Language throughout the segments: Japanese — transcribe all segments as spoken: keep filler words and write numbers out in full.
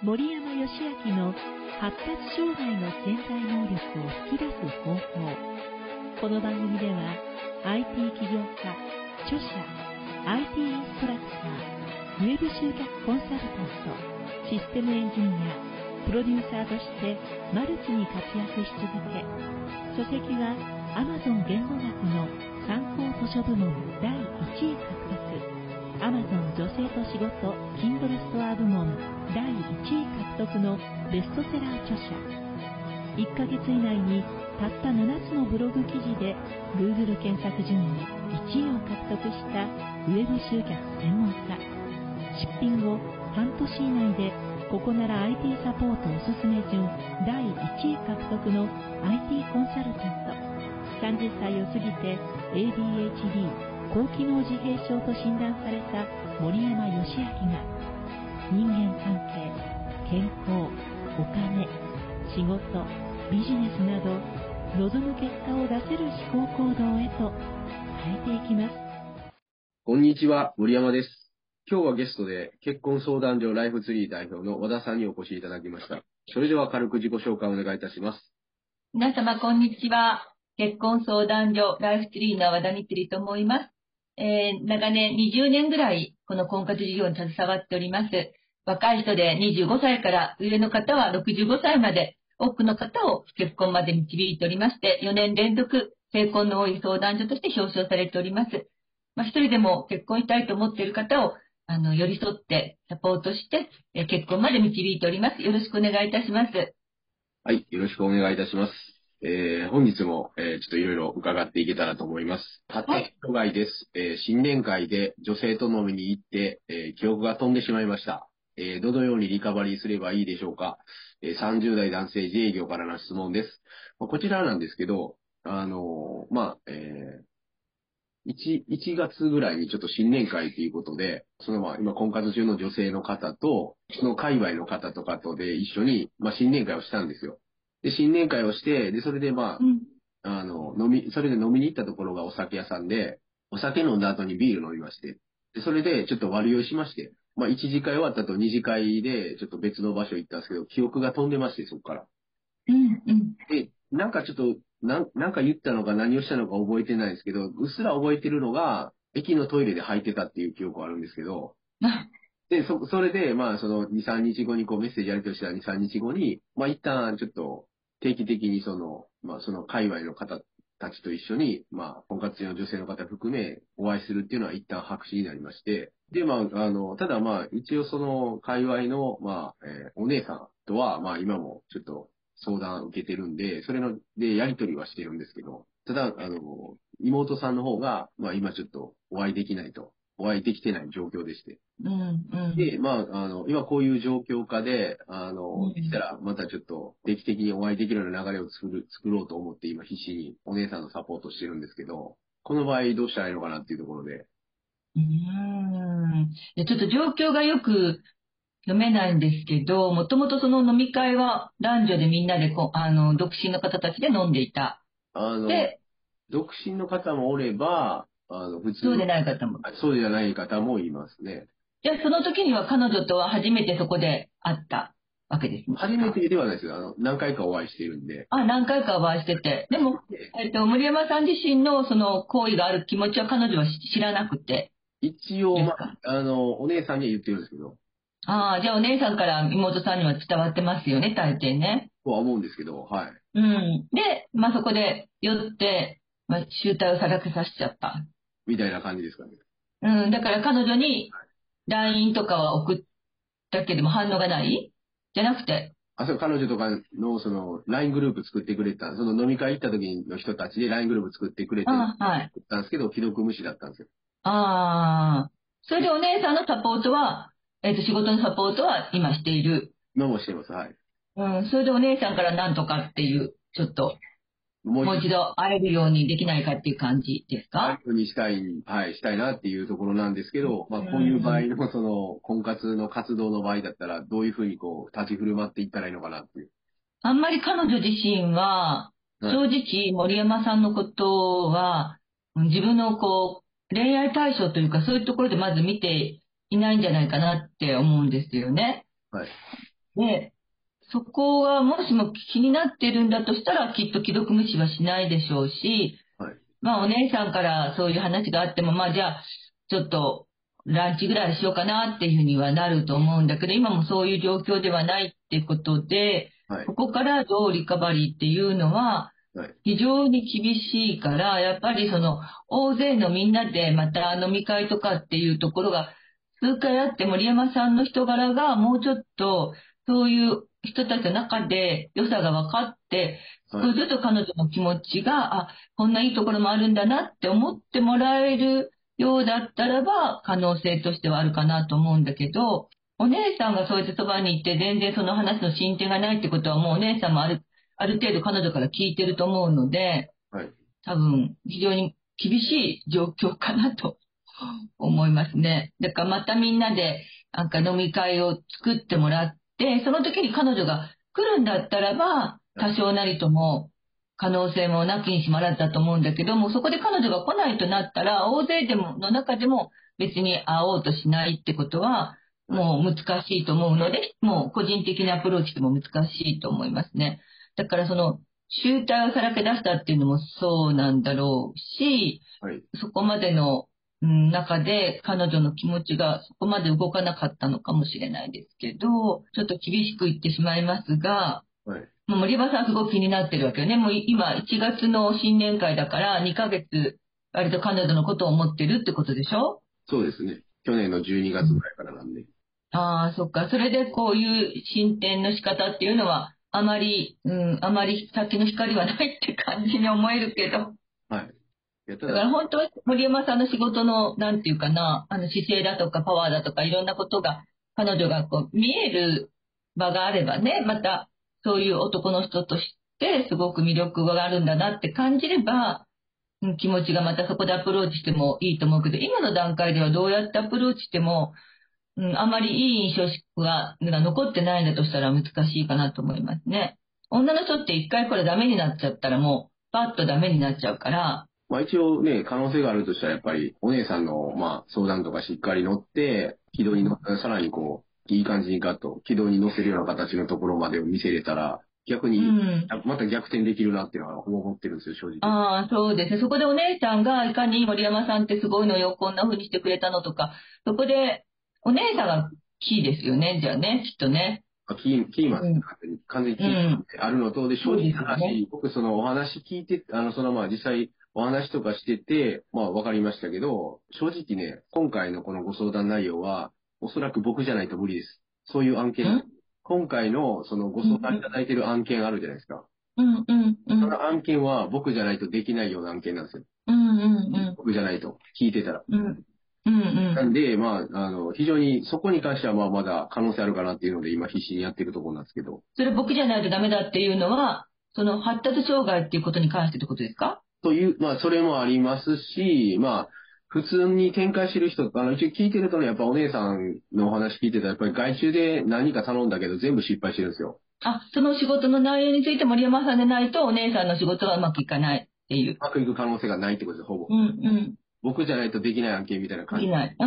森山義明の発達障害の潜在能力を引き出す方法。この番組では アイティー 起業家、著者、アイティー インストラクター、ウェブ集客コンサルタント、システムエンジニア、プロデューサーとしてマルチに活躍し続け、書籍は Amazon 言語学の参考図書部門だいいちい獲得、Amazon 女性と仕事 Kindle ストア部門だいいちい獲得のベストセラー著者。いっかげつ以内にたったななつのブログ記事で Google 検索順位いちいを獲得したウェブ集客専門家。出品後半年以内でここなら アイティー サポートおすすめ順だいいちい獲得の アイティー コンサルタント。さんじゅっさいを過ぎて エーディーエイチディー 高機能自閉症と診断された森山義明が人間関係、健康、お金、仕事、ビジネスなど望む結果を出せる思考行動へと変えていきます。 こんにちは、森山です。今日はゲストで結婚相談所ライフツリー代表の和田さんにお越しいただきました。それでは軽く自己紹介をお願いいたします。 皆様こんにちは。結婚相談所ライフツリーの和田みつりと申います。えー、長年にじゅうねんぐらいこの婚活事業に携わっております。若い人でにじゅうごさいから上の方はろくじゅうごさいまで多くの方を結婚まで導いておりまして、よねん連続成婚の多い相談所として表彰されております。まあ、一人でも結婚したいと思っている方をあの寄り添ってサポートして、えー、結婚まで導いております。よろしくお願いいたします。 はい、よろしくお願いいたします。えー、本日も、えー、ちょっといろいろ伺っていけたらと思います。発達障害です、えー。新年会で女性と飲みに行って、えー、記憶が飛んでしまいました。えー、どのようにリカバリーすればいいでしょうか。えー、さんじゅうだい男性自営業からの質問です。まあ、こちらなんですけど、あのー、まあ、えー、1、いちがつぐらいにちょっと新年会ということで、そのまあ今婚活中の女性の方と、その界隈の方とかとで一緒に、まあ新年会をしたんですよ。で、新年会をして、で、それでまあ、うん、あの、飲み、それで飲みに行ったところがお酒屋さんで、お酒飲んだ後にビール飲みまして、で、それでちょっと割り酔いしまして、まあいち次会終わった後に次会でちょっと別の場所行ったんですけど、記憶が飛んでまして、そこから。 うんうん。 で、なんかちょっと、なん、なんか言ったのか何をしたのか覚えてないんですけど、うっすら覚えてるのが、駅のトイレで吐いてたっていう記憶があるんですけど、で、そ、それで、まあ、その、に、さんにちごにこうメッセージやり取りしたに、さんにちごに、まあ、一旦ちょっと、定期的にその、まあ、その界隈の方たちと一緒に、まあ、婚活中の女性の方含め、お会いするっていうのは一旦白紙になりまして、で、まあ、あの、ただまあ、一応その、界隈の、まあ、えーお姉さんとは、まあ、今もちょっと相談受けてるんで、それの、で、やり取りはしてるんですけど、ただ、あの、妹さんの方が、まあ、今ちょっとお会いできないと。お会いできてない状況でして。 うんうん、 で、まあ、あの、今こういう状況下で、あの、できたらまたちょっと定期的にお会いできるような流れを作る、作ろうと思って今必死にお姉さんのサポートしてるんですけど、この場合どうしたらいいのかなっていうところで。 うーん。ちょっと状況がよく読めないんですけど、もともとその飲み会は男女でみんなでこあの、独身の方たちで飲んでいた。 あの、 で、 独身の方もおれば、あの、普通そうでない方も。 そうじゃない方もいますね。 じゃあその時には彼女とは初めてそこで会ったわけですね。 初めてではないですよ。あの、何回かお会いしているんで。 あ、何回かお会いしてて。でも、えっと、森山さん自身のその行為がある気持ちは彼女は知らなくて。 一応、まあ、あの、お姉さんには言ってるんですけど。 ああ、じゃあお姉さんから妹さんには伝わってますよね、大抵ね。 とは思うんですけど、はい。 うん。で、まあそこで寄って、まあ集体をさらけさせちゃった。 みたいな感じですかね。 うん。だから彼女に ライン とかは送ったけども反応がないじゃなくて。 あ、そう、彼女とかの、その、ライン グループ作ってくれた、その飲み会行った時の人たちで ライン グループ作ってくれて、 ああ、はい。 作ったんですけど、既読無視だったんですよ。 ああ。それでお姉さんのサポートは、えっと、仕事のサポートは今している。 今もしてます、はい。 うん。それでお姉さんからなんとかっていう、ちょっと、もう一度会えるようにできないかっていう感じですか？ 会えるようにしたい、はい、したいなっていうところなんですけど、まあ、こういう場合の、その、婚活の活動の場合だったら、どういうふうにこう、立ち振る舞っていったらいいのかなっていう。 あんまり彼女自身は、正直森山さんのことは、自分のこう、恋愛対象というかそういうところでまず見ていないんじゃないかなって思うんですよね。 はい。 で、そこはもしも気になってるんだとしたら、きっと既読無視はしないでしょうし、 はい。 まあお姉さんからそういう話があっても、まあじゃあ、ちょっとランチぐらいしようかなっていうふうにはなると思うんだけど、今もそういう状況ではないっていうことで、 はい。 ここからどうリカバリーっていうのは、 はい。 非常に厳しいから、やっぱりその、大勢のみんなでまた飲み会とかっていうところが数回あって、森山さんの人柄がもうちょっと、そういう人たちの中で良さが分かって、 はい。 少しずつ彼女の気持ちが、あ、こんないいところもあるんだなって思ってもらえるようだったらば、可能性としてはあるかなと思うんだけど、お姉さんがそうやってそばに行って全然その話の進展がないってことはもうお姉さんもある、ある程度彼女から聞いてると思うので、 はい。 多分非常に厳しい状況かなと思いますね。だからまたみんなでなんか飲み会を作ってもらって、その時に彼女が来るんだったらば、多少なりとも可能性もなきにしもあらずだと思うんだけども、そこで彼女が来ないとなったら、大勢でもの中でも別に会おうとしないってことは、もう難しいと思うので、もう個人的なアプローチでも難しいと思いますね。だからその、集体をさらけ出したっていうのもそうなんだろうし、 はい。 そこまでのうん中で彼女の気持ちがそこまで動かなかったのかもしれないですけど、ちょっと厳しく言ってしまいますが、 はい。 もう森場さんすごく気になってるわけよね。もう今いちがつの新年会だからにかげつ割と彼女のことを思ってるってことでしょ？ そうですね。去年のじゅうにがつぐらいからなんで。 ああ、そっか。それでこういう進展の仕方っていうのはあまり、うん、あまり先の光はないって感じに思えるけど。 はい。いや、ただかだ、 ら本当は森山さんの仕事の、なんていうかな、あの姿勢だとかパワーだとかいろんなことが彼女がこう見える場があればね、またそういう男の人としてすごく魅力があるんだなって感じれば、うん気持ちがまたそこでアプローチしてもいいと思うけど、今の段階ではどうやってアプローチしても、うん、あまりいい印象がが残ってないんだとしたら難しいかなと思いますね。女の人って一回これダメになっちゃったらもうパッとダメになっちゃうから、 まあ一応ね、可能性があるとしたらやっぱりお姉さんのまあ相談とかしっかり乗って、軌道に乗さらにこう、いい感じにガッと軌道に乗せるような形のところまでを見せれたら、逆うにん。 また逆転できるなっていうのは思ってるんですよ、正直。 ああ、そうですね。そこでお姉さんがいかに森山さんってすごいのよ、こんな風にしてくれたのとか、そこでお姉さんがキーですよね、じゃあね、きっとね。 まあキー、キーマン、 うん。 完全にキーマンうん。 であるのと、で、正そうですよ直な話、 ね。 僕そのお話聞いて、あの、そのまあ実際お話とかしてて、まあ分かりましたけど、正直ね、今回のこのご相談内容は、おそらく僕じゃないと無理です。そういう案件なんです。 うん今回のそのご相談いただいてる案件あるじゃないですか。 うん、うん、うん、 その案件は僕じゃないとできないような案件なんですよ。 うん、うん、うん、 僕じゃないと聞いてたら。 うん、うん、 なんで、まあ、あの、非常にそこに関してはまあまだ可能性あるかなっていうので今必死にやってるところなんですけど。 それ僕じゃないとダメだっていうのは、その発達障害っていうことに関してってことですか？ という、まあ、それもありますし、まあ、普通に展開してる人、あの、一応聞いてるとね、やっぱお姉さんのお話聞いてたら、やっぱり外注で何か頼んだけど全部失敗してるんですよ。 あ、その仕事の内容について森山さんでないとお姉さんの仕事がうまくいかないっていう。 うまくいく可能性がないってことです、ほぼ。 うん、うん。 僕じゃないとできない案件みたいな感じ。 できない。うん。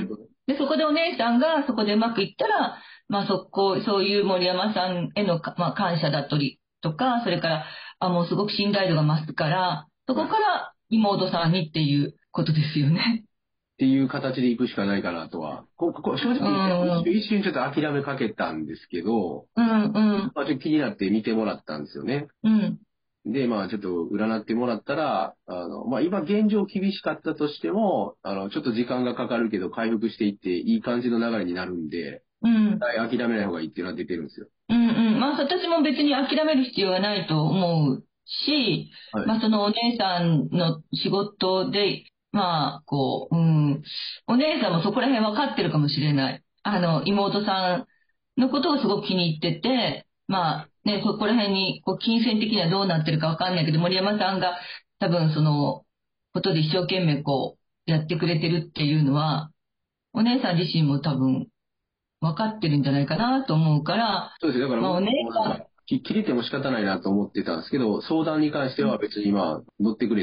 で、そこでお姉さんがそこでうまくいったら、まあそこ、そういう森山さんへのか、まあ、感謝だったりとか、それから、あ、もうすごく信頼度が増すから、そこから妹さんにっていうことですよね。 っていう形で行くしかないかなとは。ここ正直、 うん。 一瞬ちょっと諦めかけたんですけど、 うん、うん、 まあ、ちょっと気になって見てもらったんですよね。 うん。 で、まあ、ちょっと占ってもらったら、あの、まあ、今現状厳しかったとしても、あの、ちょっと時間がかかるけど回復していっていい感じの流れになるんで、 うん。 はい諦めない方がいいっていうのは出てるんですよ。 うんうん。まあ私も別に諦める必要はないと思うし、 はい。 まあそのお姉さんの仕事で、まあこう、うん、お姉さんもそこら辺分かってるかもしれない。あの、妹さんのことをすごく気に入ってて、まあね、そこら辺に、こう、金銭的にはどうなってるか分かんないけど、森山さんが多分そのことで一生懸命こう、やってくれてるっていうのは、お姉さん自身も多分分かってるんじゃないかなと思うから、 そうですね。だからまあ、お僕姉さん、 もなんか、き切れても仕方ないなと思ってたんですけど、相談に関しては別にまあ、乗ってくれって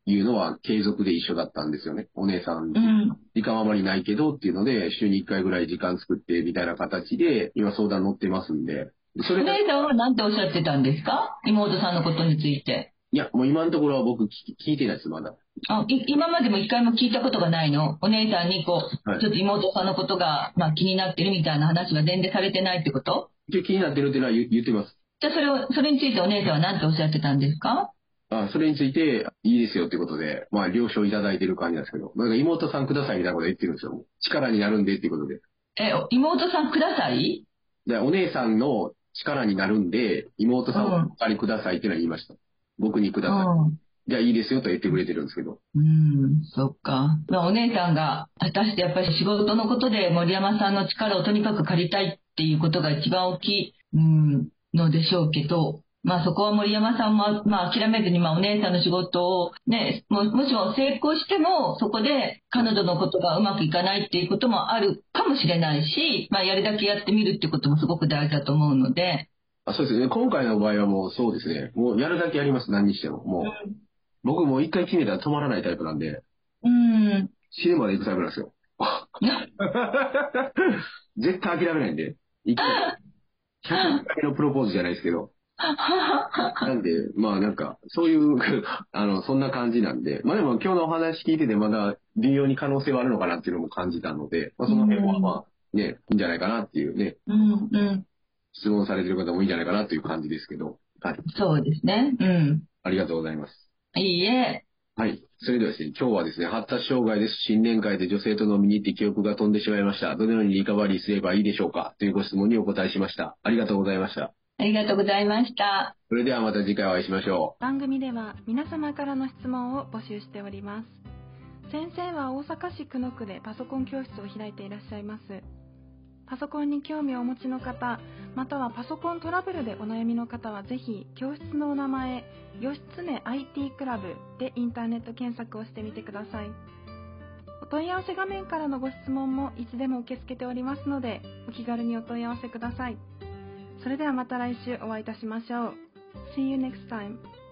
いうのは継続で一緒だったんですよね。お姉さん、 うん。 時間はあまりないけどっていうので、週にいっかいぐらい時間作ってみたいな形で、今相談乗ってますんで。それお姉さんは何ておっしゃってたんですか？妹さんのことについて。 いや、もう今のところは僕聞聞いてないです、まだ。 あ、い今までも一回も聞いたことがないの？お姉さんにこう、 はいちょっと妹さんのことが、まあ、気になってるみたいな話は全然されてないってこと？ 一応気になってるっていうのは言言ってます。 じゃあそれを、それについてお姉さんは何ておっしゃってたんですか？ あ、それについていいですよってことで、まあ了承いただいてる感じなんですけど、なんか妹さんくださいみたいなこと言ってるんですよ。力になるんでっていうことで。 え、妹さんください？ で、お姉さんの力になるんで、妹さんをお借りくださいっていうのは言いました。僕にください。 うんじゃあいいですよと言ってくれてるんですけど。 うん、そっか。まあ、お姉さんが、果たしてやっぱり仕事のことで森山さんの力をとにかく借りたいっていうことが一番大きい、うん、のでしょうけど、まあそこは森山さんも、まあ諦めずに、まあお姉さんの仕事をね、も、もしも成功しても、そこで彼女のことがうまくいかないっていうこともあるかもしれないし、まあやるだけやってみるってこともすごく大事だと思うので。 あ、そうですね。今回の場合はもうそうですね。もうやるだけやります。何にしても。もう。 うん僕も一回決めたら止まらないタイプなんで、 うん。 死ぬまで行くタイプなんですよ。絶対諦めないんで。一回、ひゃくかいのプロポーズじゃないですけど。なんで、まあなんか、そういう、あの、そんな感じなんで、まあでも今日のお話聞いててまだ微妙に可能性はあるのかなっていうのも感じたので、まあその辺はまあね、いいんじゃないかなっていうね、 うんうん。 質問されてる方もいいんじゃないかなという感じですけど、はい。 そうですね。うん。 ありがとうございます。 いいえ。 はい。それではですね、今日はですね、発達障害です。新年会で女性と飲みに行って記憶が飛んでしまいました。どのようにリカバリーすればいいでしょうかというご質問にお答えしました。ありがとうございました。 ありがとうございました。 それではまた次回お会いしましょう。 番組では皆様からの質問を募集しております。先生は大阪市久野区でパソコン教室を開いていらっしゃいます。パソコンに興味をお持ちの方、またはパソコントラブルでお悩みの方はぜひ教室のお名前、義経 アイティー クラブでインターネット検索をしてみてください。お問い合わせ画面からのご質問もいつでも受け付けておりますので、お気軽にお問い合わせください。それではまた来週お会いいたしましょう。See you next time.